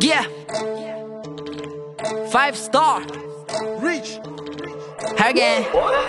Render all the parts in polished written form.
Yeah, 5 star Reach. again.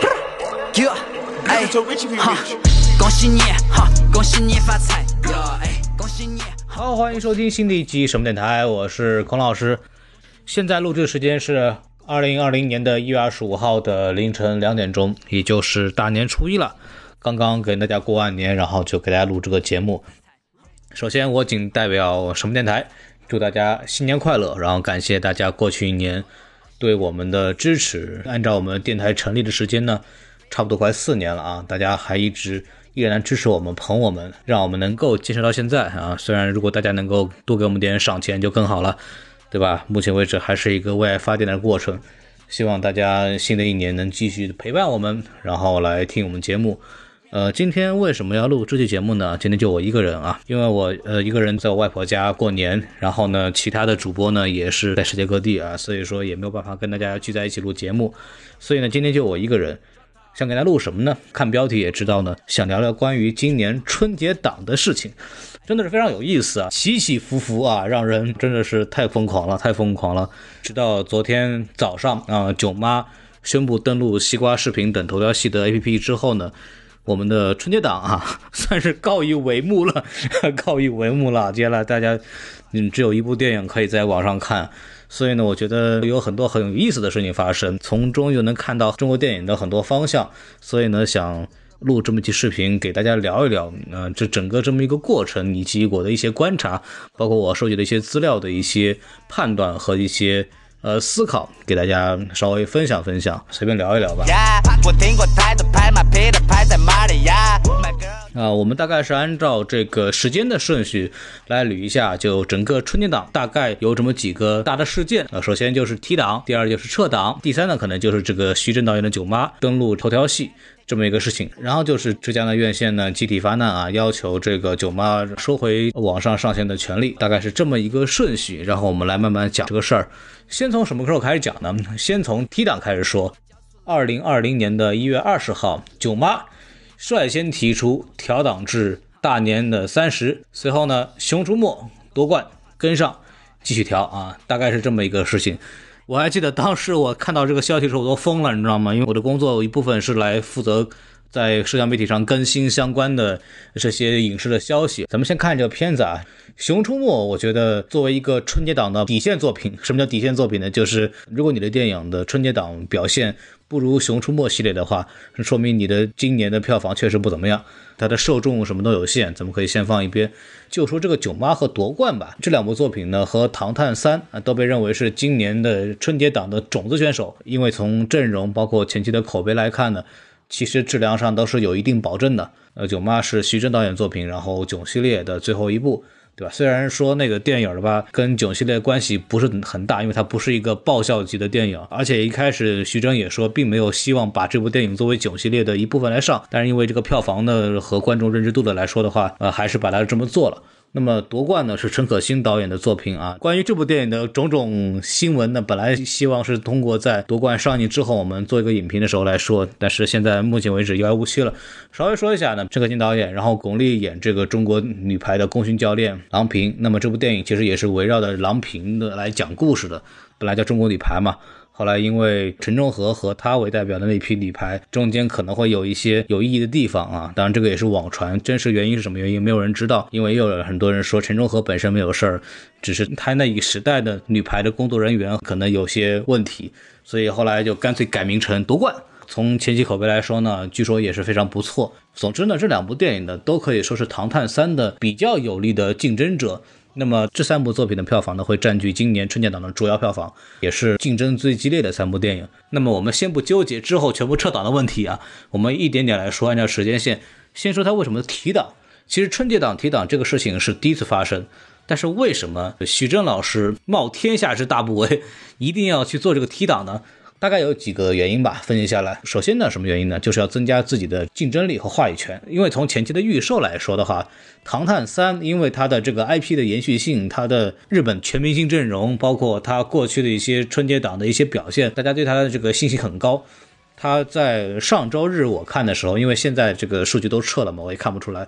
Yeah, 哎， to reach if you 哈 reach.， 恭喜你哈，恭喜你发财呀，哎，恭喜你。 好，欢迎收听新的一期什么电台，我是孔老师。现在录制时间是2020年的1月25号的凌晨2点钟，也就是大年初一了。刚刚给大家过完年，然后就给大家录这个节目。首先，我仅代表什么电台祝大家新年快乐，然后感谢大家过去一年对我们的支持。按照我们电台成立的时间呢，差不多快4年了啊，大家还依然支持我们、捧我们，让我们能够坚持到现在啊。虽然如果大家能够多给我们点赏钱就更好了，对吧？目前为止还是一个为爱发电的过程，希望大家新的一年能继续陪伴我们，然后来听我们节目。今天为什么要录这期节目呢？今天就我一个人啊，因为我一个人在我外婆家过年，然后呢，其他的主播呢也是在世界各地啊，所以说也没有办法跟大家聚在一起录节目，所以呢，今天就我一个人。想给大家录什么呢？看标题也知道呢，想聊聊关于今年春节档的事情，真的是非常有意思啊，起起伏伏啊，让人真的是太疯狂了。直到昨天早上啊，囧妈宣布登录西瓜视频等头条系的 APP 之后呢，我们的春节档啊，算是告一帷幕了。接下来大家只有一部电影可以在网上看。所以呢，我觉得有很多很有意思的事情发生，从中又能看到中国电影的很多方向，所以呢，想录这么期视频给大家聊一聊，这整个这么一个过程，以及我的一些观察，包括我收集的一些资料的一些判断和一些思考，给大家稍微分享，随便聊一聊吧。 我听过台的拍马屁的拍在马里亚。 我们大概是按照这个时间的顺序来捋一下，就整个春节档大概有这么几个大的事件。首先就是提档，第二就是撤档，第三呢可能就是这个徐峥导演的囧妈登陆头条系这么一个事情，然后就是浙江的院线呢集体发难啊，要求这个囧妈收回网上上线的权利，大概是这么一个顺序。然后我们来慢慢讲这个事儿。先从什么时候开始讲呢？先从提档开始说。2020年的1月20号，囧妈率先提出调档至大年的30，随后呢，熊出没夺冠跟上继续调啊，大概是这么一个事情。我还记得当时我看到这个消息的时候我都疯了，你知道吗？因为我的工作有一部分是来负责在社交媒体上更新相关的这些影视的消息。咱们先看这个片子啊，熊出没我觉得作为一个春节档的底线作品，什么叫底线作品呢？就是如果你的电影的春节档表现不如熊出没系列的话，说明你的今年的票房确实不怎么样，它的受众什么都有限，咱们可以先放一边。就说这个囧妈和夺冠吧，这两部作品呢和唐探3都被认为是今年的春节档的种子选手，因为从阵容包括前期的口碑来看呢，其实质量上都是有一定保证的。囧妈是徐峥导演作品，然后囧系列的最后一部，对吧？虽然说那个电影的吧跟囧系列关系不是很大，因为它不是一个爆笑级的电影，而且一开始徐峥也说并没有希望把这部电影作为囧系列的一部分来上，但是因为这个票房的和观众认知度的来说的话，还是把它这么做了。那么夺冠呢是陈可辛导演的作品啊。关于这部电影的种种新闻呢，本来希望是通过在夺冠上映之后我们做一个影评的时候来说，但是现在目前为止遥遥无期了。稍微说一下呢，陈可辛导演，然后巩俐演这个中国女排的功勋教练郎平。那么这部电影其实也是围绕着郎平的来讲故事的，本来叫中国女排嘛，后来因为陈忠和和他为代表的那批女排中间可能会有一些有意义的地方啊，当然这个也是网传，真实原因是什么原因没有人知道，因为又有很多人说陈忠和本身没有事儿，只是他那一时代的女排的工作人员可能有些问题，所以后来就干脆改名成夺冠。从前期口碑来说呢，据说也是非常不错。总之呢，这两部电影呢都可以说是唐探3的比较有力的竞争者。那么这3部作品的票房呢，会占据今年春节档的主要票房，也是竞争最激烈的3部电影。那么我们先不纠结之后全部撤档的问题啊，我们一点点来说，按照时间线，先说它为什么提档。其实春节档提档这个事情是第一次发生，但是为什么徐峥老师冒天下之大不韪，一定要去做这个提档呢？大概有几个原因吧，分析下来。首先呢，什么原因呢？就是要增加自己的竞争力和话语权。因为从前期的预售来说的话，唐探3因为它的这个 IP 的延续性，它的日本全明星阵容，包括它过去的一些春节档的一些表现，大家对它的这个信心很高。它在上周日我看的时候，因为现在这个数据都撤了嘛，我也看不出来。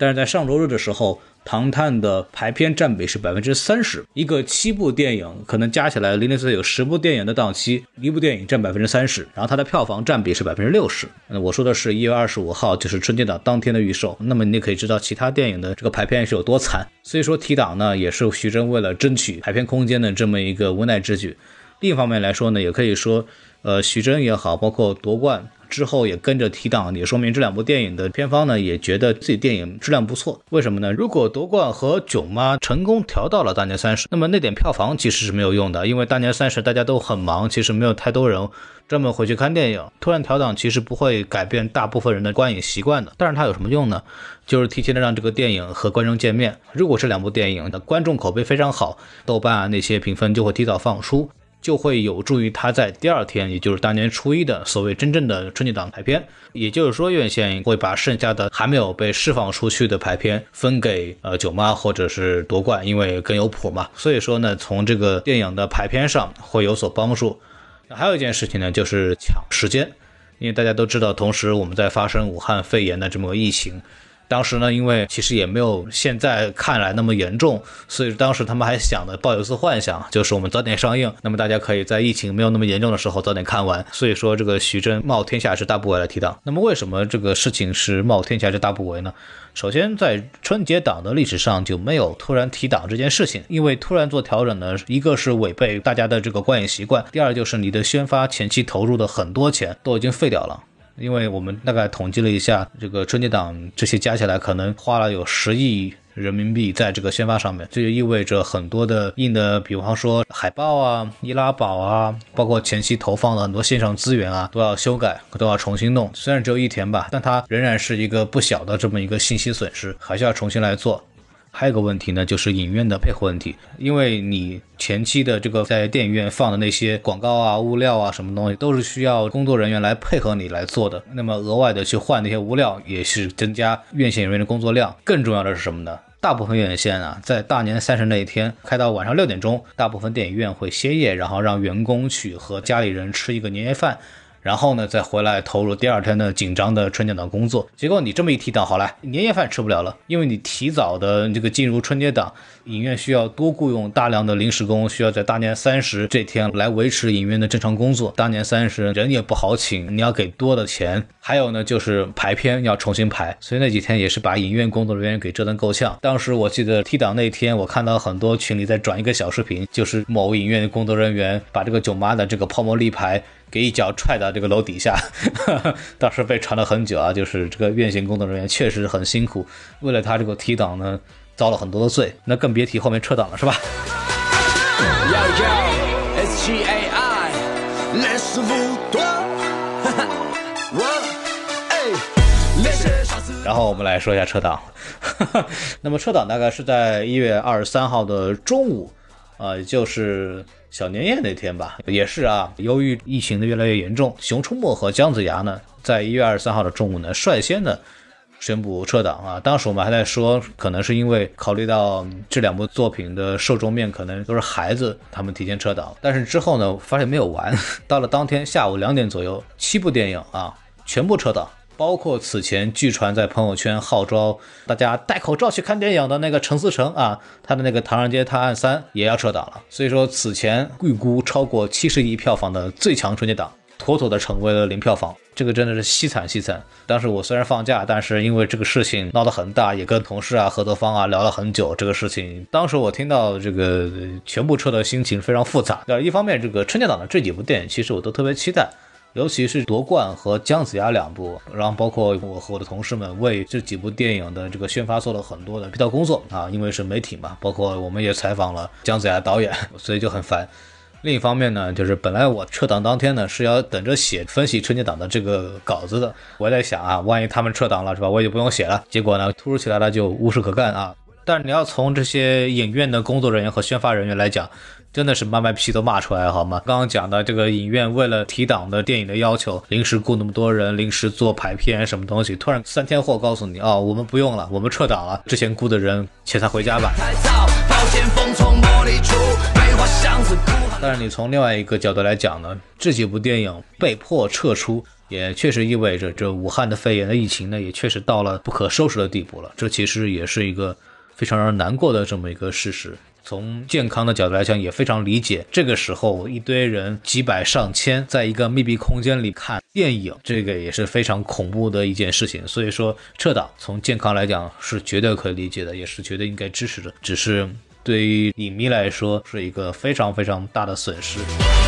但是在上周日的时候，唐探的排片占比是 30%， 一个7部电影可能加起来004有10部电影的档期，一部电影占 30%， 然后它的票房占比是 60%。我说的是1月25号就是春节档当天的预售，那么你可以知道其他电影的这个排片是有多惨。所以说提档呢也是徐峥为了争取排片空间的这么一个无奈之举。另一方面来说呢，也可以说徐峥也好，包括夺冠之后也跟着提档，也说明这两部电影的片方呢也觉得自己电影质量不错。为什么呢？如果夺冠和囧妈成功调到了大年30，那么那点票房其实是没有用的，因为大年30大家都很忙，其实没有太多人专门回去看电影，突然调档其实不会改变大部分人的观影习惯的。但是它有什么用呢？就是提前的让这个电影和观众见面。如果这两部电影的观众口碑非常好，豆瓣啊那些评分就会提早放出，就会有助于他在第二天，也就是大年初一的所谓真正的春节档排片。也就是说，院线会把剩下的还没有被释放出去的排片分给囧妈或者是夺冠，因为更有谱嘛。所以说呢，从这个电影的排片上会有所帮助。还有一件事情呢，就是抢时间，因为大家都知道，同时我们在发生武汉肺炎的这么个疫情。当时呢，因为其实也没有现在看来那么严重，所以当时他们还想的抱有一丝幻想，就是我们早点上映，那么大家可以在疫情没有那么严重的时候早点看完。所以说这个徐峥冒天下之大不韪来提档。那么为什么这个事情是冒天下之大不韪呢？首先在春节档的历史上就没有突然提档这件事情，因为突然做调整呢，一个是违背大家的这个观影习惯，第二就是你的宣发前期投入的很多钱都已经废掉了。因为我们大概统计了一下，这个春节档这些加起来可能花了有10亿人民币在这个宣发上面，这就意味着很多的印的，比方说海报啊、易拉宝啊，包括前期投放的很多线上资源啊，都要修改，都要重新弄。虽然只有1天吧，但它仍然是一个不小的这么一个信息损失，还是要重新来做。还有一个问题呢，就是影院的配合问题，因为你前期的这个在电影院放的那些广告啊、物料啊什么东西都是需要工作人员来配合你来做的，那么额外的去换那些物料也是增加院线人员的工作量。更重要的是什么呢？大部分院线啊，在大年30那一天开到晚上6点钟，大部分电影院会歇业，然后让员工去和家里人吃一个年夜饭，然后呢再回来投入第二天的紧张的春节档工作。结果你这么一提档，好了，年夜饭吃不了了，因为你提早的这个进入春节档，影院需要多雇佣大量的临时工，需要在大年30这天来维持影院的正常工作。大年30人也不好请，你要给多的钱，还有呢就是排片要重新排，所以那几天也是把影院工作人员给折腾够呛。当时我记得提档那天，我看到很多群里在转一个小视频，就是某影院的工作人员把这个囧妈的这个泡沫立牌给一脚踹到这个楼底下当时被传了很久啊，就是这个院线工作人员确实很辛苦，为了他这个提档呢遭了很多的罪，那更别提后面撤档了，是吧？然后我们来说一下撤档那么撤档大概是在1月23号的中午也就是小年夜那天吧。也是啊，由于疫情的越来越严重，熊出没和姜子牙呢在1月23号的中午呢率先的宣布撤档啊。当时我们还在说，可能是因为考虑到这两部作品的受众面可能都是孩子，他们提前撤档。但是之后呢发现没有完，到了当天下午2点左右，7部电影啊全部撤档，包括此前据传在朋友圈号召大家戴口罩去看电影的那个陈思诚啊，他的那个《唐人街探案3》也要撤档了。所以说此前预估超过70亿票房的最强春节档妥妥的成为了0票房，这个真的是凄惨凄惨。当时我虽然放假，但是因为这个事情闹得很大，也跟同事啊、合作方啊聊了很久这个事情。当时我听到这个全部撤的心情非常复杂。一方面这个春节档的这几部电影其实我都特别期待，尤其是夺冠和姜子牙2部，然后包括我和我的同事们为这几部电影的这个宣发做了很多的配套工作啊，因为是媒体嘛，包括我们也采访了姜子牙导演，所以就很烦。另一方面呢，就是本来我撤档当天呢是要等着写分析春节档的这个稿子的，我在想啊，万一他们撤档了是吧，我也不用写了。结果呢突如其来了就无事可干啊。但是你要从这些影院的工作人员和宣发人员来讲，真的是妈卖批都骂出来好吗？刚刚讲的这个影院为了提档的电影的要求，临时雇那么多人，临时做排片什么东西，突然3天后告诉你哦，我们不用了，我们撤档了，之前雇的人遣散回家吧。但是你从另外一个角度来讲呢，这几部电影被迫撤出， 也确实意味着这武汉的肺炎的疫情呢，也确实到了不可收拾的地步了。这其实也是一个非常让人难过的这么一个事实。从健康的角度来讲，也非常理解这个时候一堆人几百上千在一个密闭空间里看电影，这个也是非常恐怖的一件事情。所以说撤档从健康来讲是绝对可以理解的，也是绝对应该支持的，只是对于影迷来说是一个非常非常大的损失。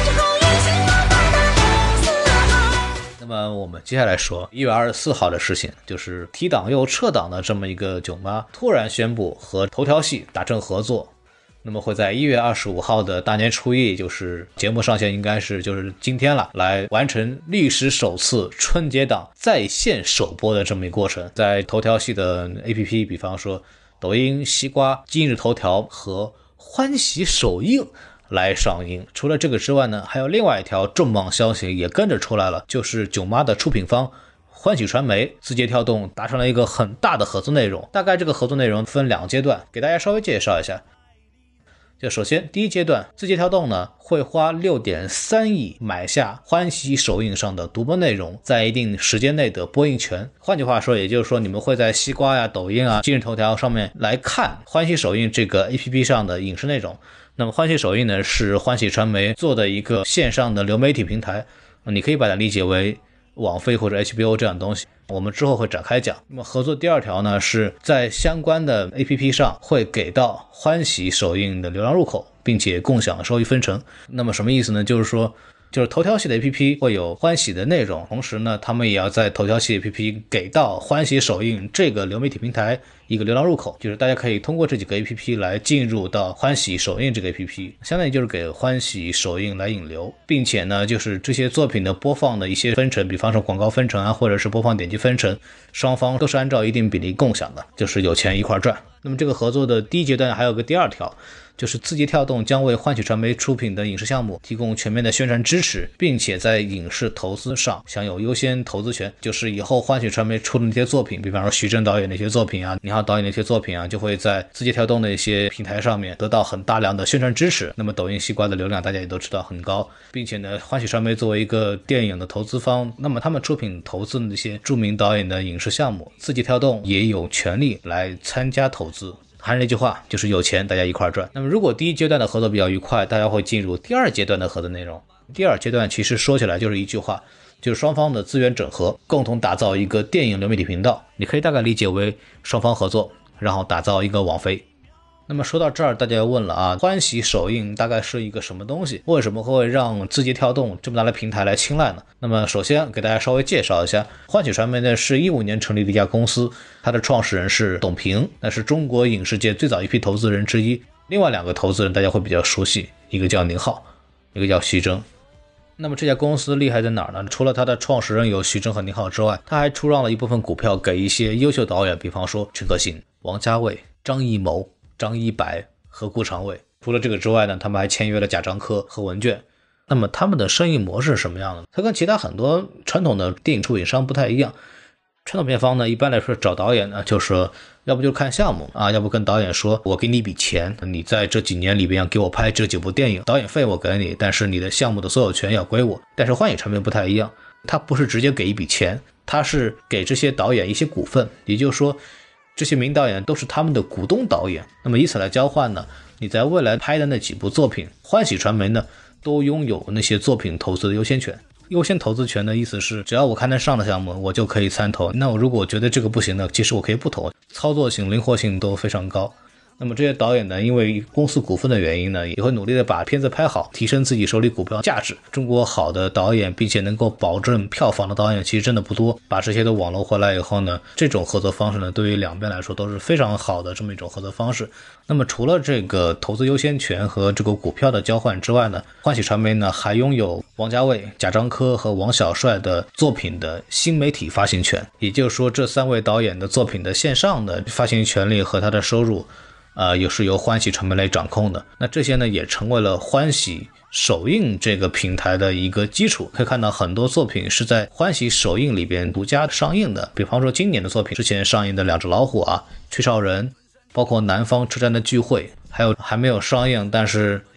那么我们接下来说1月24号的事情，就是提档又撤档的这么一个囧妈突然宣布和头条系达成合作，那么会在1月25号的大年初一，就是节目上线应该是就是今天了，来完成历史首次春节档在线首播的这么一个过程。在头条系的 APP， 比方说抖音、西瓜、今日头条和欢喜首映来上映。除了这个之外呢，还有另外一条重磅消息也跟着出来了，就是囧妈的出品方欢喜传媒、字节跳动达成了一个很大的合作内容。大概这个合作内容分2阶段，给大家稍微介绍一下。就首先第一阶段，字节跳动呢会花 6.3 亿买下欢喜首映上的独播内容，在一定时间内的播映权。换句话说，也就是说你们会在西瓜呀、抖音啊、今日头条上面来看欢喜首映这个 APP 上的影视内容。那么欢喜首映呢是欢喜传媒做的一个线上的流媒体平台，你可以把它理解为网飞或者 HBO 这样的东西，我们之后会展开讲。那么合作第2条呢，是在相关的 APP 上会给到欢喜首映的流量入口，并且共享收益分成。那么什么意思呢？就是说头条系的 APP 会有欢喜的内容，同时呢他们也要在头条系 APP 给到欢喜首映这个流媒体平台一个流量入口，就是大家可以通过这几个 APP 来进入到欢喜首映这个 APP， 相当于就是给欢喜首映来引流，并且呢就是这些作品的播放的一些分成，比方说广告分成啊，或者是播放点击分成，双方都是按照一定比例共享的，就是有钱一块赚。那么这个合作的第一阶段还有个第2条，就是字节跳动将为欢喜传媒出品的影视项目提供全面的宣传支持，并且在影视投资上享有优先投资权。就是以后欢喜传媒出的那些作品，比方说徐峥导演那些作品啊，倪浩导演那些作品啊，就会在字节跳动的一些平台上面得到很大量的宣传支持。那么抖音、西瓜的流量大家也都知道很高，并且呢欢喜传媒作为一个电影的投资方，那么他们出品投资的那些著名导演的影视项目，字节跳动也有权利来参加投资。还是那句话，就是有钱大家一块赚。那么如果第1阶段的合作比较愉快，大家会进入第2阶段的合作内容。第2阶段其实说起来就是一句话，就是双方的资源整合，共同打造一个电影流媒体频道。你可以大概理解为双方合作，然后打造一个网飞。那么说到这儿，大家要问了啊，欢喜首映大概是一个什么东西？为什么会让字节跳动这么大的平台来青睐呢？那么首先给大家稍微介绍一下，欢喜传媒呢是15年成立的一家公司，它的创始人是董平，那是中国影视界最早一批投资人之一。另外2个投资人大家会比较熟悉，一个叫宁浩，一个叫徐峥。那么这家公司厉害在哪儿呢？除了它的创始人有徐峥和宁浩之外，他还出让了一部分股票给一些优秀导演，比方说陈可辛、王家卫、张艺谋、张一白和顾长卫。除了这个之外呢，他们还签约了贾樟柯和文卷。那么他们的生意模式是什么样的？它跟其他很多传统的电影出品商不太一样。传统片方呢，一般来说找导演呢，就是要不就看项目啊，要不跟导演说，我给你一笔钱，你在这几年里边给我拍这几部电影，导演费我给你，但是你的项目的所有权要归我。但是欢喜传媒不太一样，他不是直接给一笔钱，他是给这些导演一些股份，也就是说这些名导演都是他们的股东导演。那么以此来交换呢，你在未来拍的那几部作品，欢喜传媒呢都拥有那些作品投资的优先权。优先投资权的意思是，只要我看得上的项目，我就可以参投。那我如果觉得这个不行呢，其实我可以不投，操作性、灵活性都非常高。那么这些导演呢，因为公司股份的原因呢，也会努力的把片子拍好，提升自己手里股票价值。中国好的导演并且能够保证票房的导演其实真的不多，把这些都网罗回来以后呢，这种合作方式呢，对于两边来说都是非常好的这么一种合作方式。那么除了这个投资优先权和这个股票的交换之外呢，欢喜传媒呢还拥有王家卫、贾樟柯和王小帅的作品的新媒体发行权，也就是说这3位导演的作品的线上的发行权利和他的收入也是由欢喜传媒来掌控的。那这些呢也成为了欢喜首映这个平台的一个基础。可以看到很多作品是在欢喜首映里边独家上映的，比方说今年的作品，之前上映的两只老虎啊、吹哨人，包括南方车站的聚会，还有还没有上映但是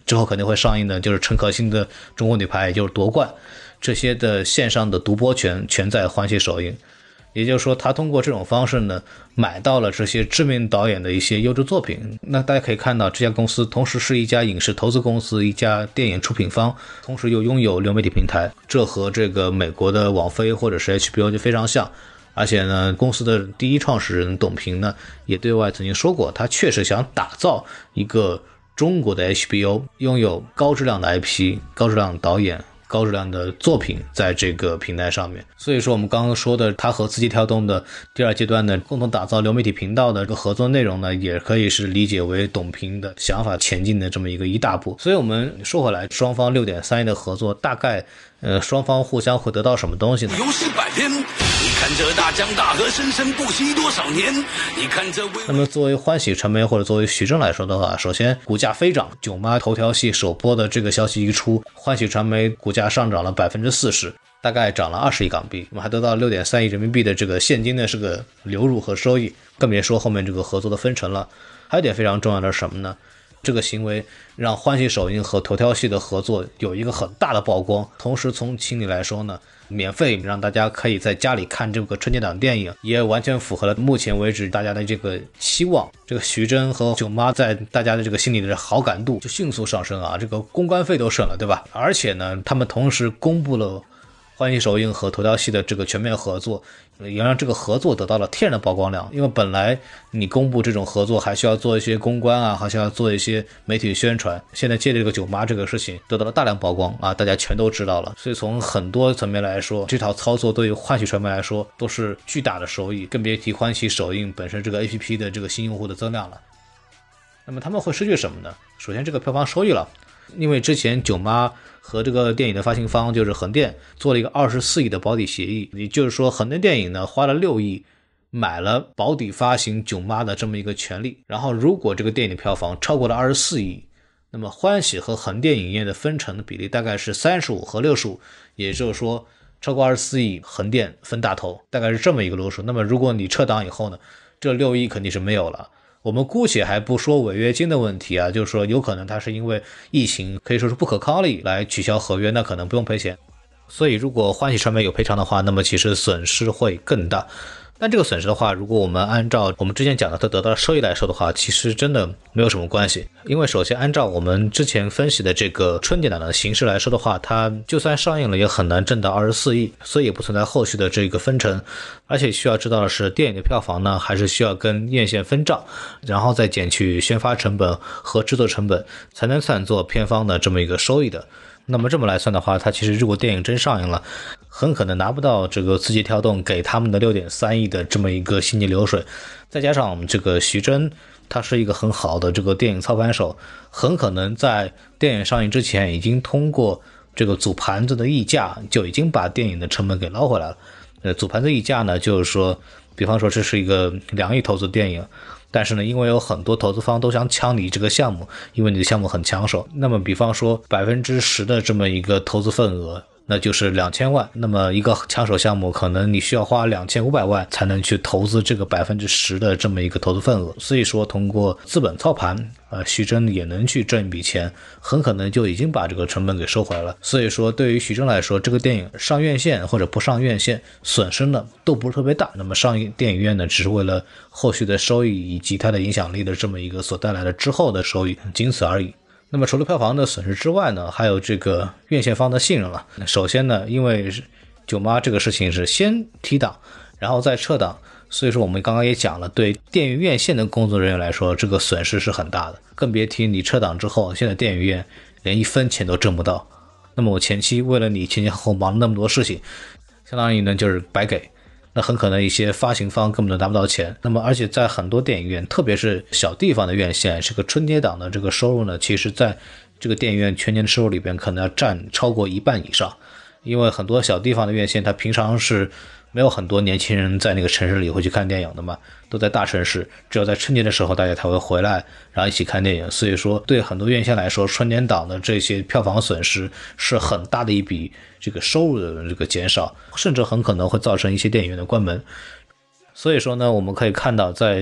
之后肯定会上映的就是陈可辛的《中国女排》，也就是夺冠，这些的线上的独播权全在欢喜首映。也就是说，他通过这种方式呢，买到了这些知名导演的一些优质作品。那大家可以看到，这家公司同时是一家影视投资公司，一家电影出品方，同时又拥有流媒体平台，这和这个美国的网飞或者是 HBO 就非常像。而且呢，公司的第一创始人董平呢，也对外曾经说过，他确实想打造一个中国的 HBO， 拥有高质量的 IP、高质量的导演、高质量的作品在这个平台上面。所以说我们刚刚说的他和字节跳动的第二阶段的共同打造流媒体频道的这个合作内容呢，也可以是理解为董平的想法前进的这么一大步。所以我们说回来，双方6.3亿的合作，大概双方互相会得到什么东西呢？ 游戏百篇，你看这大江大河生生不息多少年，你看这那么作为欢喜传媒或者作为徐峥来说的话，首先股价飞涨，囧妈头条系首播的这个消息一出，欢喜传媒股价上涨了 40%， 大概涨了20亿港币，我们还得到 6.3亿人民币的这个现金的这个流入和收益，更别说后面这个合作的分成了。还有一点非常重要的是什么呢？这个行为让欢喜首映和头条系的合作有一个很大的曝光，同时从情理来说呢，免费让大家可以在家里看这个春节档电影，也完全符合了目前为止大家的这个期望。这个徐峥和囧妈在大家的这个心里的好感度就迅速上升啊，这个公关费都省了，对吧？而且呢，他们同时公布了欢喜首映和头条系的这个全面合作，也让这个合作得到了天然的曝光量。因为本来你公布这种合作还需要做一些公关啊，还需要做一些媒体宣传，现在借这个囧妈这个事情得到了大量曝光啊，大家全都知道了。所以从很多层面来说，这套操作对于欢喜传媒来说都是巨大的收益，更别提欢喜首映本身这个 APP 的这个新用户的增量了。那么他们会失去什么呢？首先这个票房收益了，因为之前囧妈和这个电影的发行方就是横店做了一个24亿的保底协议，也就是说横店电影呢花了6亿买了保底发行囧妈的这么一个权利，然后如果这个电影的票房超过了24亿，那么欢喜和横店影业的分成的比例大概是35和65，也就是说超过24亿横店分大头，大概是这么一个路数。那么如果你撤档以后呢，这6亿肯定是没有了。我们姑且还不说违约金的问题啊，就是说有可能他是因为疫情可以说是不可抗力来取消合约，那可能不用赔钱。所以如果欢喜传媒有赔偿的话，那么其实损失会更大。但这个损失的话，如果我们按照我们之前讲的它得到的收益来说的话，其实真的没有什么关系。因为首先按照我们之前分析的这个春节档的形式来说的话，它就算上映了也很难挣到24亿，所以也不存在后续的这个分成。而且需要知道的是，电影的票房呢还是需要跟院线分账，然后再减去宣发成本和制作成本，才能算作片方的这么一个收益的。那么这么来算的话，它其实如果电影真上映了，很可能拿不到这个字节跳动给他们的 6.3 亿的这么一个现金流水。再加上我们这个徐峥他是一个很好的这个电影操盘手，很可能在电影上映之前已经通过这个组盘子的溢价就已经把电影的成本给捞回来了。组盘子溢价呢，就是说比方说这是一个2亿投资电影，但是呢，因为有很多投资方都想抢你这个项目，因为你的项目很抢手，那么比方说 10% 的这么一个投资份额，那就是2000万，那么一个抢手项目可能你需要花2500万才能去投资这个 10% 的这么一个投资份额。所以说通过资本操盘徐峥也能去挣一笔钱，很可能就已经把这个成本给收回来了。所以说对于徐峥来说，这个电影上院线或者不上院线损失呢都不是特别大，那么上电影院呢只是为了后续的收益以及它的影响力的这么一个所带来的之后的收益，仅此而已。那么除了票房的损失之外呢，还有这个院线方的信任了。首先呢，因为囧妈这个事情是先提档然后再撤档，所以说我们刚刚也讲了，对电影院线的工作人员来说，这个损失是很大的，更别提你撤档之后，现在电影院连1分钱都挣不到。那么我前期为了你前前后后忙了那么多事情，相当于呢就是白给，那很可能一些发行方根本都拿不到钱。那么而且在很多电影院，特别是小地方的院线，这个春节档的这个收入呢，其实在这个电影院全年的收入里边可能要占超过1半以上。因为很多小地方的院线，它平常是没有很多年轻人在那个城市里会去看电影的嘛，都在大城市，只有在春节的时候大家才会回来，然后一起看电影。所以说对很多院线来说，春节档的这些票房损失是很大的一笔这个收入的这个减少，甚至很可能会造成一些电影院的关门。所以说呢，我们可以看到在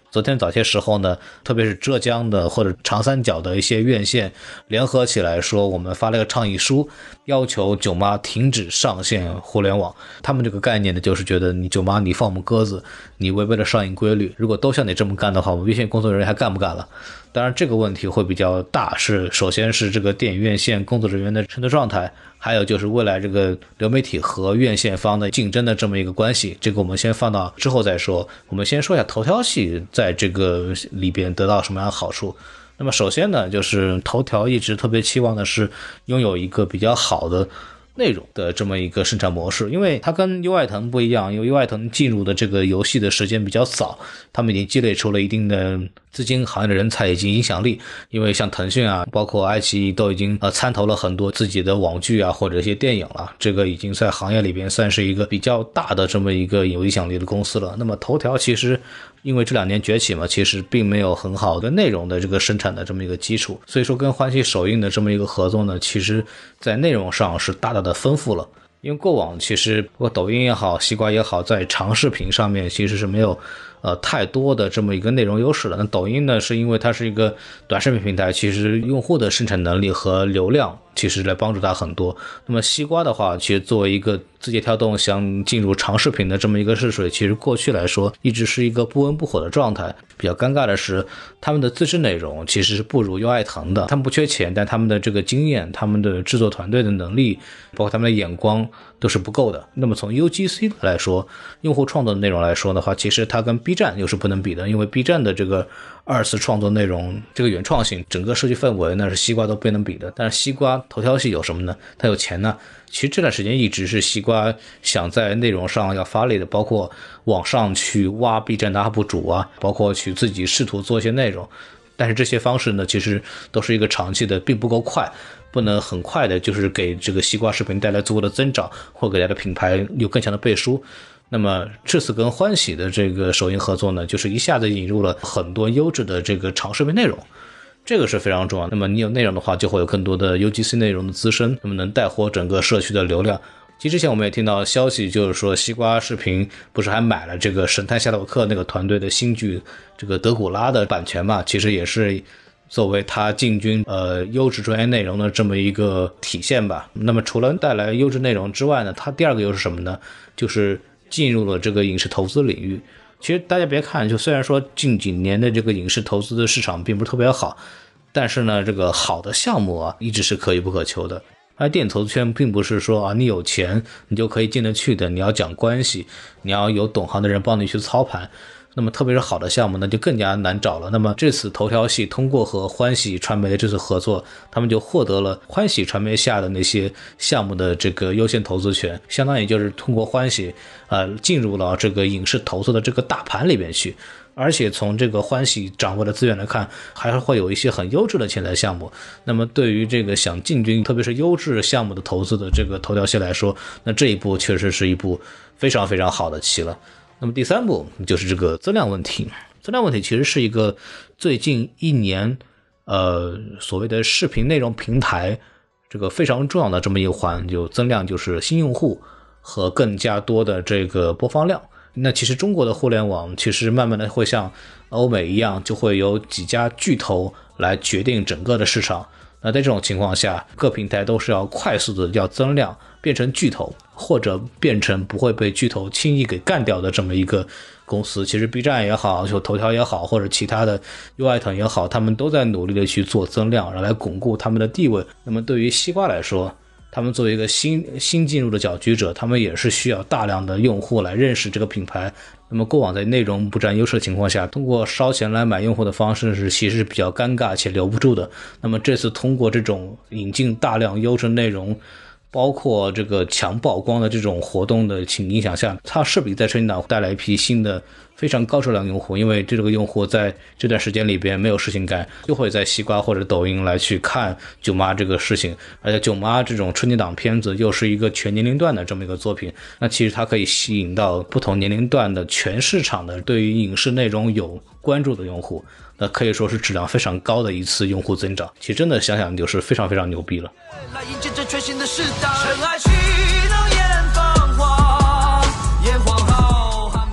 昨天早些时候呢，特别是浙江的或者长三角的一些院线联合起来说，我们发了个倡议书，要求舅妈停止上线互联网。他们这个概念呢，就是觉得你舅妈你放我们鸽子，你违背了上映规律，如果都像你这么干的话，我们院线工作人员还干不干了？当然这个问题会比较大，首先是这个电影院线工作人员的身体状态，还有就是未来这个流媒体和院线方的竞争的这么一个关系，这个我们先放到之后再说。我们先说一下头条系在这个里边得到什么样的好处。那么首先呢，就是头条一直特别期望的是拥有一个比较好的内容的这么一个生产模式，因为它跟优爱腾不一样，因为优爱腾进入的这个游戏的时间比较早，他们已经积累出了一定的资金、行业的人才以及影响力。因为像腾讯啊，包括爱奇艺都已经参投了很多自己的网剧啊或者一些电影了，这个已经在行业里边算是一个比较大的这么一个有影响力的公司了。那么头条其实因为这2年崛起嘛，其实并没有很好的内容的这个生产的这么一个基础，所以说跟欢喜首映的这么一个合作呢，其实在内容上是大大的丰富了。因为过往其实包括抖音也好，西瓜也好，在长视频上面其实是没有太多的这么一个内容优势的。那抖音呢，是因为它是一个短视频平台，其实用户的生产能力和流量其实来帮助它很多。那么西瓜的话，其实作为一个字节跳动想进入长视频的这么一个试水，其实过去来说一直是一个不温不火的状态。比较尴尬的是，他们的自制内容其实是不如优爱腾的，他们不缺钱，但他们的这个经验、他们的制作团队的能力，包括他们的眼光都是不够的。那么从 UGC 来说，用户创作的内容来说的话，其实它跟 B 站又是不能比的，因为 B 站的这个二次创作内容，这个原创性，整个设计氛围那是西瓜都不能比的。但是西瓜头条系有什么呢？它有钱呢。其实这段时间一直是西瓜想在内容上要发力的，包括网上去挖 B 站的 UP 主啊，包括去自己试图做一些内容。但是这些方式呢，其实都是一个长期的，并不够快，不能很快的就是给这个西瓜视频带来足够的增长，或给它的品牌有更强的背书。那么这次跟欢喜的这个首映合作呢，就是一下子引入了很多优质的这个长视频内容，这个是非常重要。那么你有内容的话，就会有更多的 UGC 内容的滋生，那么能带活整个社区的流量。其实之前我们也听到消息，就是说西瓜视频不是还买了这个神探夏洛克那个团队的新剧这个德古拉的版权嘛，其实也是作为他进军优质专业内容的这么一个体现吧。那么除了带来优质内容之外呢，它第二个又是什么呢？就是进入了这个影视投资领域。其实大家别看，就虽然说近几年的这个影视投资的市场并不是特别好，但是呢，这个好的项目啊，一直是可遇不可求的。而电影投资圈并不是说你有钱你就可以进得去的，你要讲关系，你要有懂行的人帮你去操盘。那么特别是好的项目呢，就更加难找了。那么这次头条系通过和欢喜传媒的这次合作，他们就获得了欢喜传媒下的那些项目的这个优先投资权，相当于就是通过欢喜进入了这个影视投资的这个大盘里边去。而且从这个欢喜掌握的资源来看，还会有一些很优质的潜在项目。那么对于这个想进军特别是优质项目的投资的这个头条系来说，那这一步确实是一步非常非常好的棋了。那么第三步就是这个增量问题。增量问题其实是一个最近1年所谓的视频内容平台这个非常重要的这么一个环，就增量就是新用户和更加多的这个播放量。那其实中国的互联网其实慢慢的会像欧美一样，就会有几家巨头来决定整个的市场。那在这种情况下，各平台都是要快速的要增量，变成巨头，或者变成不会被巨头轻易给干掉的这么一个公司。其实 B 站也好，就头条也好，或者其他的优爱腾也好，他们都在努力的去做增量，然后来巩固他们的地位。那么对于西瓜来说，他们作为一个新进入的搅局者，他们也是需要大量的用户来认识这个品牌。那么过往在内容不占优势的情况下，通过烧钱来买用户的方式是其实比较尴尬且留不住的。那么这次通过这种引进大量优质内容，包括这个强曝光的这种活动的影响下，它势必在春节档带来一批新的非常高质量用户。因为这个用户在这段时间里边没有事情干，就会在西瓜或者抖音来去看舅妈这个事情。而且舅妈这种春节档片子又是一个全年龄段的这么一个作品，那其实它可以吸引到不同年龄段的全市场的对于影视内容有关注的用户，那可以说是质量非常高的一次用户增长。其实真的想想就是非常非常牛逼了。 来迎接这全新的时代，尘埃去能掩放花，炎黄浩瀚。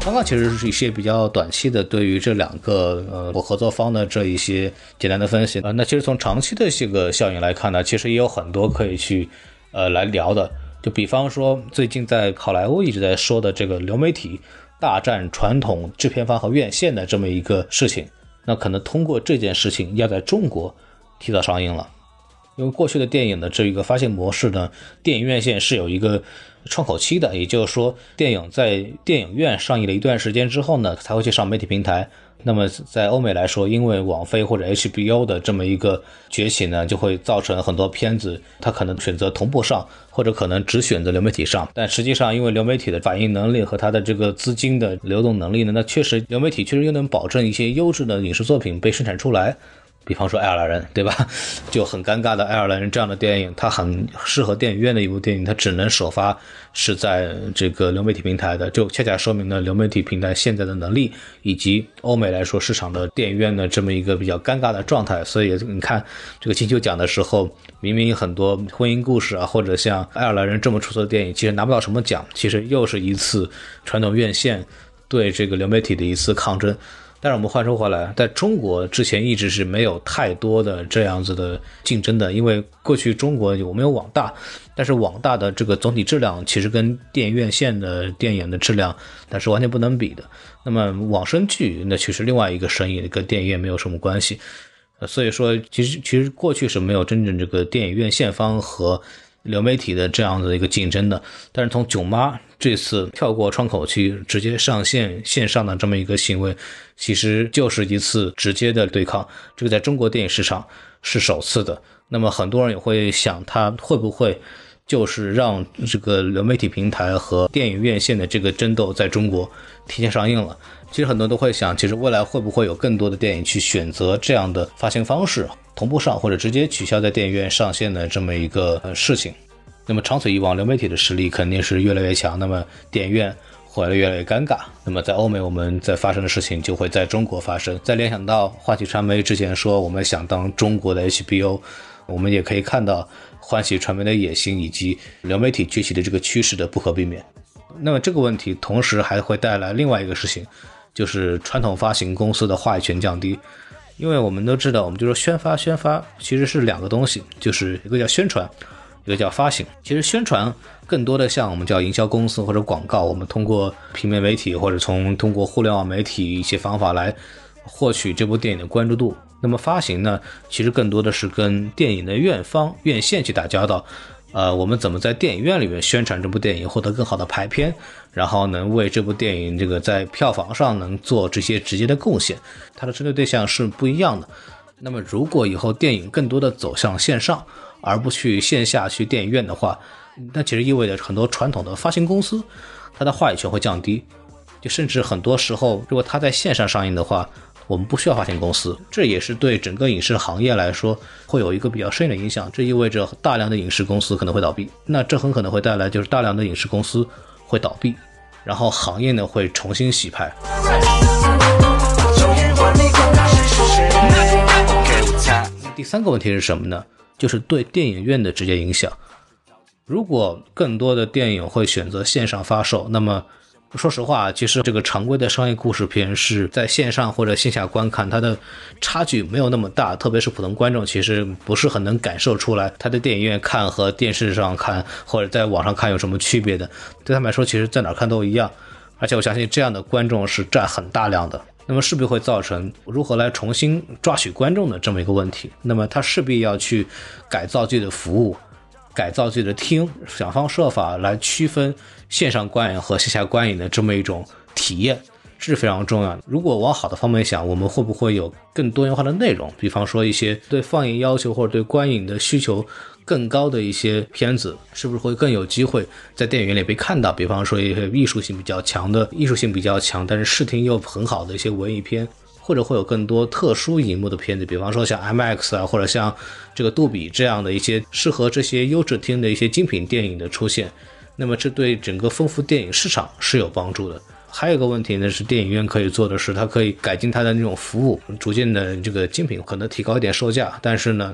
刚刚其实是一些比较短期的对于这两个我合作方的这一些简单的分析那其实从长期的这个效应来看呢，其实也有很多可以去来聊的。就比方说最近在好莱坞一直在说的这个流媒体大战传统制片方和院线的这么一个事情，那可能通过这件事情要在中国提早上映了。因为过去的电影的这一个发行模式呢，电影院线是有一个窗口期的，也就是说电影在电影院上映了一段时间之后呢，才会去上媒体平台。那么在欧美来说，因为网飞或者 HBO 的这么一个崛起呢，就会造成很多片子它可能选择同步上，或者可能只选择流媒体上。但实际上因为流媒体的反应能力和它的这个资金的流动能力呢，那确实流媒体确实又能保证一些优质的影视作品被生产出来。比方说爱尔兰人，对吧？就很尴尬的爱尔兰人这样的电影，它很适合电影院的一部电影，它只能首发是在这个流媒体平台的，就恰恰说明了流媒体平台现在的能力，以及欧美来说市场的电影院的这么一个比较尴尬的状态。所以你看这个金球奖的时候，明明很多婚姻故事啊，或者像爱尔兰人这么出色的电影，其实拿不到什么奖，其实又是一次传统院线对这个流媒体的一次抗争。但是我们话说回来，在中国之前一直是没有太多的这样子的竞争的，因为过去中国我们有网大，但是网大的这个总体质量其实跟电影院线的电影的质量那是完全不能比的。那么网生剧那其实另外一个生意，跟电影院没有什么关系。所以说其实过去是没有真正这个电影院线方和流媒体的这样的一个竞争的。但是从囧妈这次跳过窗口期直接上线线上的这么一个行为，其实就是一次直接的对抗，这个在中国电影市场是首次的。那么很多人也会想，它会不会就是让这个流媒体平台和电影院线的这个争斗在中国提前上映了。其实很多人都会想，其实未来会不会有更多的电影去选择这样的发行方式，同步上或者直接取消在电影院上线的这么一个事情。那么长此以往，流媒体的实力肯定是越来越强，那么电影院会越来越尴尬。那么在欧美我们在发生的事情就会在中国发生。再联想到欢喜传媒之前说我们想当中国的 HBO， 我们也可以看到欢喜传媒的野心以及流媒体崛起的这个趋势的不可避免。那么这个问题同时还会带来另外一个事情，就是传统发行公司的话语权降低。因为我们都知道，我们就说宣发其实是两个东西，就是一个叫宣传，一个叫发行。其实宣传更多的像我们叫营销公司或者广告，我们通过平面媒体或者通过互联网媒体一些方法来获取这部电影的关注度。那么发行呢，其实更多的是跟电影的院方院线去打交道。我们怎么在电影院里面宣传这部电影，获得更好的排片，然后能为这部电影这个在票房上能做这些直接的贡献，它的针对对象是不一样的。那么如果以后电影更多的走向线上，而不去线下去电影院的话，那其实意味着很多传统的发行公司它的话语权会降低，就甚至很多时候如果它在线上上映的话，我们不需要发行公司，这也是对整个影视行业来说会有一个比较深远的影响。这意味着大量的影视公司可能会倒闭，那这很可能会带来就是大量的影视公司会倒闭，然后行业呢会重新洗牌。第三个问题是什么呢？就是对电影院的直接影响。如果更多的电影会选择线上发售，那么说实话，其实这个常规的商业故事片是在线上或者线下观看，它的差距没有那么大，特别是普通观众其实不是很能感受出来他在电影院看和电视上看或者在网上看有什么区别的，对他们来说其实在哪看都一样。而且我相信这样的观众是占很大量的，那么势必会造成如何来重新抓取观众的这么一个问题。那么他势必要去改造自己的服务，改造自己的厅，想方设法来区分线上观影和线下观影的这么一种体验，这是非常重要的。如果往好的方面想，我们会不会有更多元化的内容，比方说一些对放映要求或者对观影的需求更高的一些片子，是不是会更有机会在电影院里被看到？比方说一些艺术性比较强但是视听又很好的一些文艺片，或者会有更多特殊荧幕的片子，比方说像 IMAX 啊，或者像这个杜比这样的一些适合这些优质厅的一些精品电影的出现。那么这对整个丰富电影市场是有帮助的。还有一个问题呢，是电影院可以做的是，它可以改进它的那种服务，逐渐的这个精品可能提高一点售价，但是呢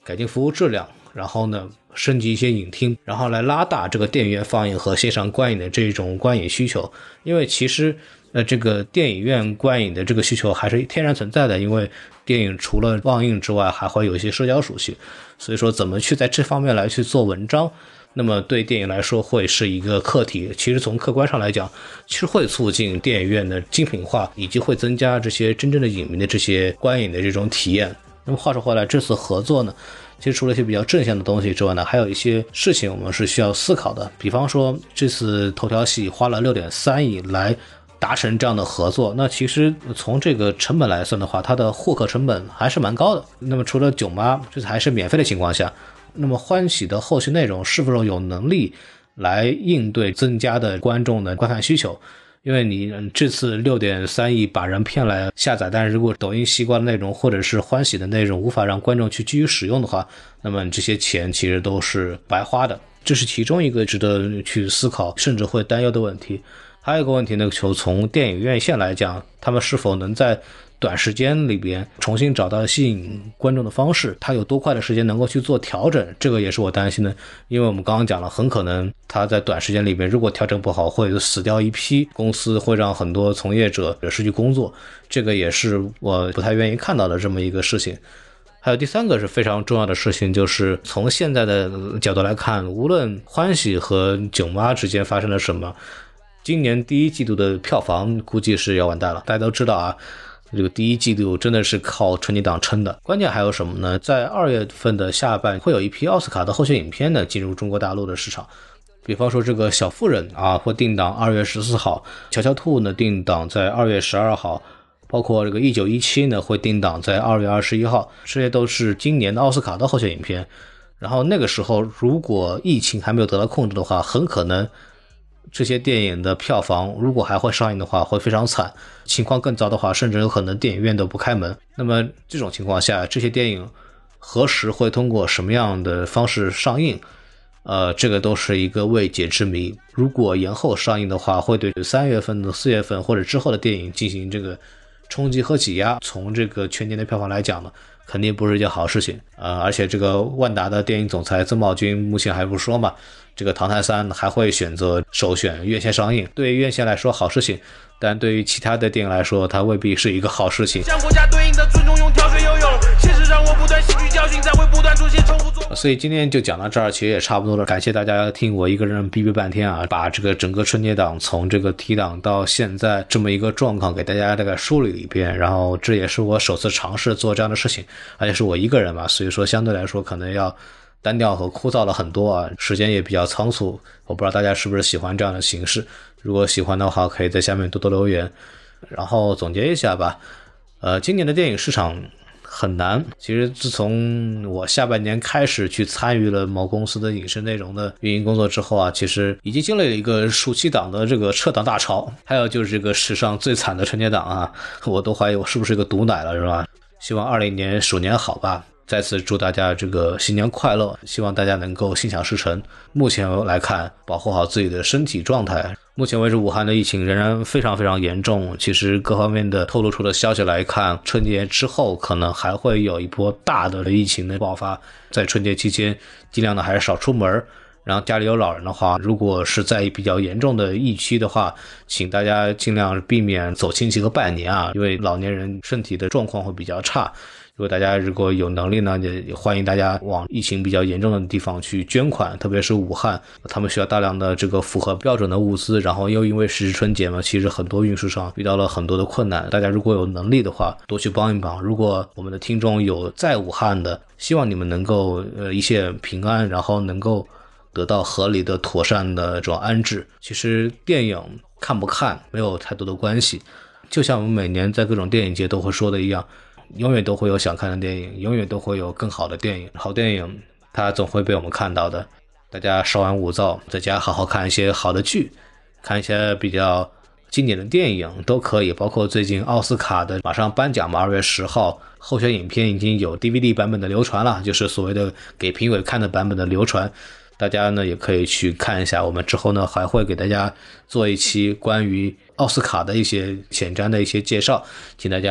改进服务质量，然后呢升级一些影厅，然后来拉大这个电影院放映和线上观影的这种观影需求。因为其实这个电影院观影的这个需求还是天然存在的，因为电影除了放映之外还会有一些社交属性，所以说怎么去在这方面来去做文章，那么对电影来说会是一个课题。其实从客观上来讲，其实会促进电影院的精品化，以及会增加这些真正的影迷的这些观影的这种体验。那么话说回来，这次合作呢，其实除了一些比较正向的东西之外呢，还有一些事情我们是需要思考的。比方说这次头条系花了 6.3 亿来达成这样的合作，那其实从这个成本来算的话，它的获客成本还是蛮高的。那么除了囧妈这次还是免费的情况下，那么欢喜的后续内容是否有能力来应对增加的观众的观看需求？因为你这次 6.3 亿把人骗来下载，但是如果抖音西瓜的内容或者是欢喜的内容无法让观众去继续使用的话，那么这些钱其实都是白花的。这是其中一个值得去思考甚至会担忧的问题。还有一个问题呢，就从电影院线来讲，他们是否能在短时间里边重新找到吸引观众的方式，他有多快的时间能够去做调整，这个也是我担心的。因为我们刚刚讲了，很可能他在短时间里边如果调整不好，会死掉一批公司，会让很多从业者失去工作，这个也是我不太愿意看到的这么一个事情。还有第三个是非常重要的事情，就是从现在的角度来看，无论欢喜和囧妈之间发生了什么，今年第一季度的票房估计是要完蛋了。大家都知道啊，这个第一季度真的是靠春节档撑的。关键还有什么呢？在2月份的下半会有一批奥斯卡的候选影片呢进入中国大陆的市场，比方说这个小妇人啊会定档2月14号，乔乔兔呢定档在2月12号，包括这个1917呢会定档在2月21号，这些都是今年的奥斯卡的候选影片。然后那个时候如果疫情还没有得到控制的话，很可能这些电影的票房如果还会上映的话会非常惨，情况更糟的话甚至有可能电影院都不开门。那么这种情况下，这些电影何时会通过什么样的方式上映，这个都是一个未解之谜。如果延后上映的话，会对3月份的4月份或者之后的电影进行这个冲击和挤压，从这个全年的票房来讲呢，肯定不是一件好事情。而且这个万达的电影总裁曾茂军目前还不说嘛，这个《唐探3》还会选择首选院线上映，对于院线来说好事情，但对于其他的电影来说，它未必是一个好事情。 向国家对应的尊重用跳水游泳，现实让我不断吸取教训，才会不断出现重复做。 所以今天就讲到这儿，其实也差不多了。感谢大家听我一个人逼逼半天啊，把这个整个春节档从这个提档到现在这么一个状况给大家大概梳理了一遍。然后这也是我首次尝试做这样的事情，而且是我一个人嘛，所以说相对来说可能要单调和枯燥了很多啊，时间也比较仓促。我不知道大家是不是喜欢这样的形式，如果喜欢的话可以在下面多多留言。然后总结一下吧，今年的电影市场很难。其实自从我下半年开始去参与了某公司的影视内容的运营工作之后啊，其实已经经历了一个暑期档的这个撤档大潮，还有就是这个史上最惨的春节档啊，我都怀疑我是不是一个毒奶了，是吧？希望20年鼠年好吧。再次祝大家这个新年快乐，希望大家能够心想事成。目前来看，保护好自己的身体状态。目前为止，武汉的疫情仍然非常非常严重。其实各方面的透露出的消息来看，春节之后可能还会有一波大的疫情的爆发。在春节期间，尽量的还是少出门。然后家里有老人的话，如果是在比较严重的疫区的话，请大家尽量避免走亲戚和拜年啊，因为老年人身体的状况会比较差。如果大家如果有能力呢，也欢迎大家往疫情比较严重的地方去捐款，特别是武汉，他们需要大量的这个符合标准的物资，然后又因为时值春节嘛，其实很多运输上遇到了很多的困难。大家如果有能力的话，多去帮一帮。如果我们的听众有在武汉的，希望你们能够一切平安，然后能够得到合理的妥善的这种安置。其实电影看不看没有太多的关系，就像我们每年在各种电影节都会说的一样，永远都会有想看的电影，永远都会有更好的电影。好电影它总会被我们看到的。大家稍安勿躁，在家好好看一些好的剧，看一些比较经典的电影都可以，包括最近奥斯卡的马上颁奖嘛，2月10号候选影片已经有 DVD 版本的流传了，就是所谓的给评委看的版本的流传。大家呢也可以去看一下，我们之后呢还会给大家做一期关于奥斯卡的一些前瞻的一些介绍，请大家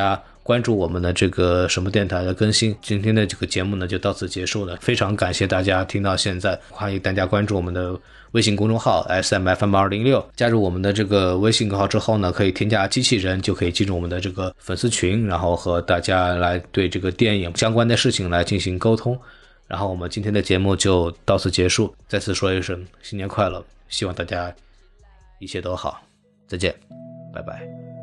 关注我们的这个什么电台的更新。今天的这个节目呢就到此结束了，非常感谢大家听到现在，欢迎大家关注我们的微信公众号 SMFM206， 加入我们的这个微信公号之后呢，可以添加机器人，就可以进入我们的这个粉丝群，然后和大家来对这个电影相关的事情来进行沟通。然后我们今天的节目就到此结束，再次说一声新年快乐，希望大家一切都好，再见，拜拜。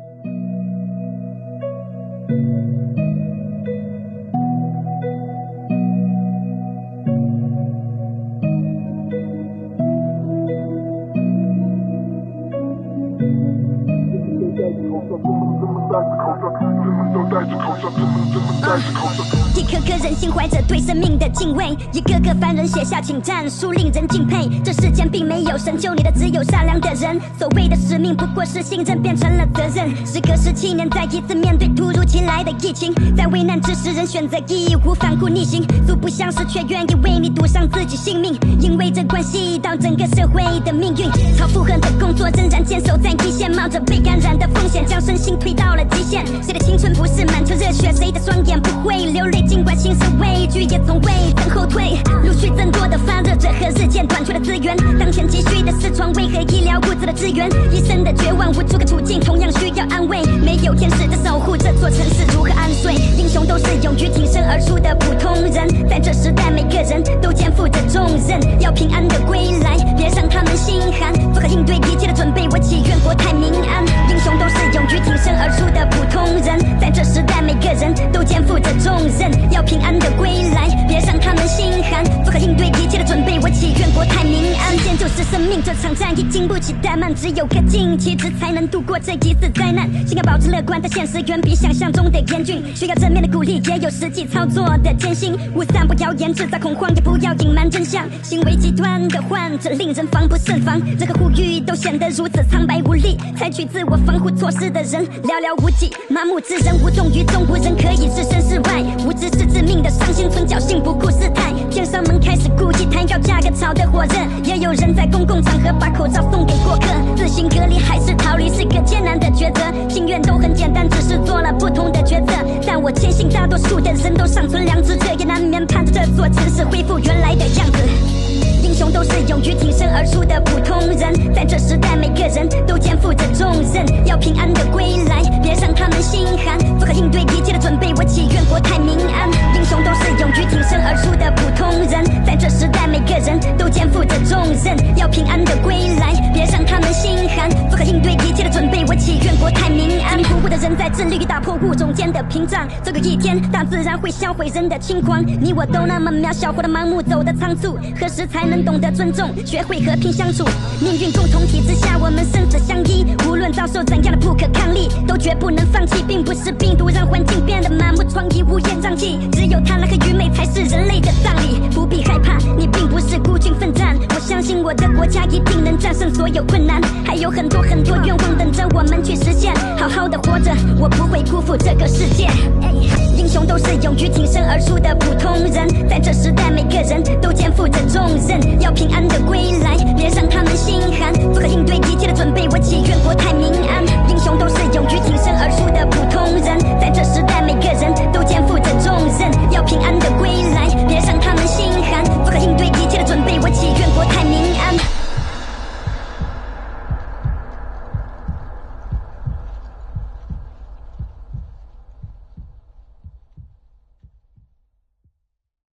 一颗颗人心怀着对生命的敬畏，一个个凡人写下请战书，令人敬佩。这世间并没有神救你的，只有善良的人。所谓的使命不过是信任变成了责任。时隔17年，再一次面对突如其来的疫情，在危难之时，人选择义无反顾逆行，素不相识却愿意为你赌上自己性命，因为这关系到整个社会的命运。超负荷的工作，仍然坚守在一线，冒着被感染的风险，将身心推到了极限。谁的青春不是满腔热血，谁的双眼不会流泪，尽管心生畏惧，也从未曾后退。陆续增多的发热者和日渐短缺的资源，当前急需的是床位和医疗物资的支援。一生的绝望无助的处境，同样需要安慰。没有天使的守护，这座城市如何安睡？英雄都是勇于挺身而出的普通人，在这时代，每个人都肩负着重任，要平安的归来，别让他们心寒。做好应对一切的准备，我祈愿国泰民安。英雄都是勇于挺身而出的普通人，在这时代，每个人都肩负着重任，要平安的归来，别让他们心寒。做好应对一切的准备，我祈愿国泰民安。时间就是生命，这场战役经不起怠慢，只有恪尽其职才能度过这一次灾难。心要保持乐观，但现实远比想象中的严峻，需要正面的鼓励，也有实际操作的艰辛。勿散布谣言，制造恐慌，也不要隐瞒真相。行为极端的患者令人防不胜防，任何呼吁都显得如此苍白无力。采取自我防护措施的人寥寥无几，麻木之人无动于衷，无人可以置身事外。无知是致命的伤心，存侥幸不顾事态。天上门开始故意抬高价格，炒得火热。也有人在公共场合把口罩送给过客，自行隔离还是逃离是个艰难的抉择。心愿都很简单，只是做了不同的抉择。但我坚信大多数的人都尚存良知，这也难免盼着这座城市恢复原来的样子。英雄都是勇于挺身而出的普通人，在这时代，每个人都肩负着重任，要平安的归来，别让他们心寒。做好应对一切的准备，我祈愿国泰民安。英雄都是勇于挺身而出的普通人，在这时代，每个人都肩负着重任，要平安的归来，别让他们心寒。做好应对一切的准备，我祈愿国泰民安。迷糊的人在致力于打破物种间的屏障，总有一天大自然会销毁人的轻狂。你我都那么渺小，活得盲目，走得仓促，何时才能懂得尊重，学会和平相处？命运共同体之下，我们生死相依，无论遭受怎样的不可抗力，都绝不能放弃。并不是病毒让环境变得满目疮痍、乌烟瘴气，只有贪婪和愚昧才是人类的葬礼。不必害怕，你并不是孤军奋战，我相信我的国家一定能战胜所有困难，还有很多很多愿望等着我们去实现。好好的活着，我不会辜负这个世界。英雄都是勇于挺身而出的普通人，在这时代，每个人都肩负着重任，要平安的归来。